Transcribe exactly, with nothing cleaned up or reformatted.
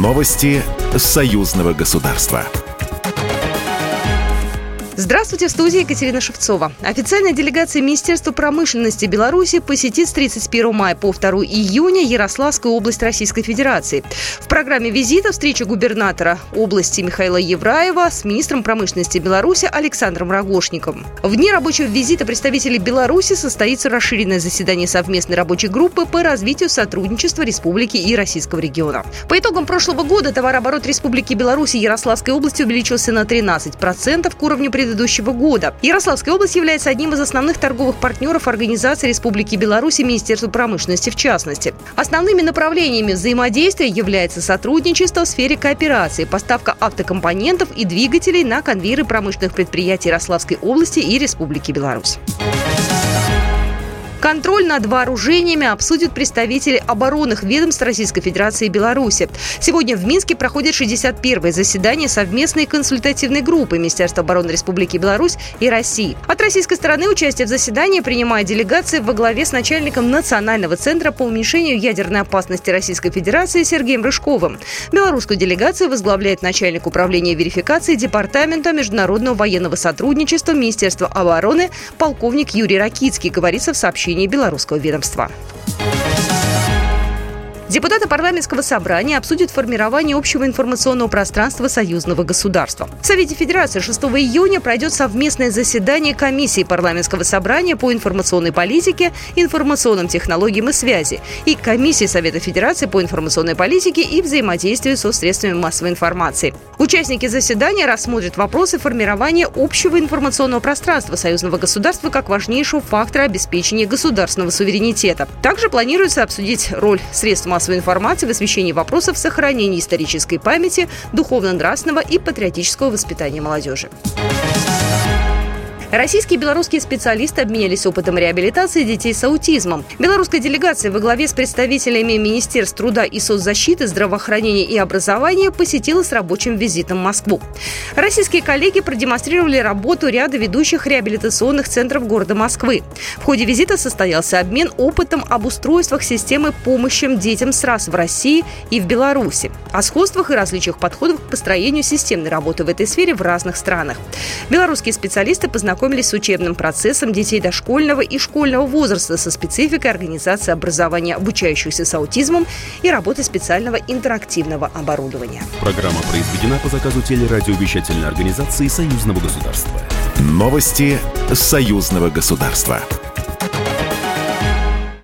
Новости союзного государства. Здравствуйте, в студии Екатерина Шевцова. Официальная делегация Министерства промышленности Беларуси посетит с тридцать первого мая по второго июня Ярославскую область Российской Федерации. В программе визита встреча губернатора области Михаила Евраева с министром промышленности Беларуси Александром Рогошником. В дни рабочего визита представителей Беларуси состоится расширенное заседание совместной рабочей группы по развитию сотрудничества республики и российского региона. По итогам прошлого года товарооборот Республики Беларусь и Ярославской области увеличился на тринадцать процентов к уровню предыдущего предыдущего года. Ярославская область является одним из основных торговых партнеров Организации Республики Беларусь и Министерства промышленности в частности. Основными направлениями взаимодействия является сотрудничество в сфере кооперации, поставка автокомпонентов и двигателей на конвейеры промышленных предприятий Ярославской области и Республики Беларусь. Контроль над вооружениями обсудят представители оборонных ведомств Российской Федерации и Беларуси. Сегодня в Минске проходит шестьдесят первое заседание совместной консультативной группы Министерства обороны Республики Беларусь и России. От российской стороны участие в заседании принимает делегация во главе с начальником Национального центра по уменьшению ядерной опасности Российской Федерации Сергеем Рыжковым. Белорусскую делегацию возглавляет начальник управления верификации Департамента международного военного сотрудничества Министерства обороны полковник Юрий Ракицкий, говорится в сообщении белорусского ведомства. Депутаты парламентского собрания обсудят формирование общего информационного пространства союзного государства. В Совете Федерации шестого июня пройдет совместное заседание комиссии парламентского собрания по информационной политике, информационным технологиям и связи и комиссии Совета Федерации по информационной политике и взаимодействию со средствами массовой информации. Участники заседания рассмотрят вопросы формирования общего информационного пространства союзного государства как важнейшего фактора обеспечения государственного суверенитета. Также планируется обсудить роль средств массовой информации в освещении вопросов сохранения исторической памяти, духовно-нравственного и патриотического воспитания молодежи. Российские и белорусские специалисты обменялись опытом реабилитации детей с аутизмом. Белорусская делегация во главе с представителями Министерств труда и соцзащиты, здравоохранения и образования посетила с рабочим визитом Москву. Российские коллеги продемонстрировали работу ряда ведущих реабилитационных центров города Москвы. В ходе визита состоялся обмен опытом об устройствах системы помощи детям с РАС в России и в Беларуси, о сходствах и различиях подходов к построению системной работы в этой сфере в разных странах. Белорусские специалисты познакомились с учебным процессом детей дошкольного и школьного возраста со спецификой организации образования обучающихся с аутизмом и работы специального интерактивного оборудования. Программа произведена по заказу телерадиовещательной организации Союзного государства. Новости союзного государства.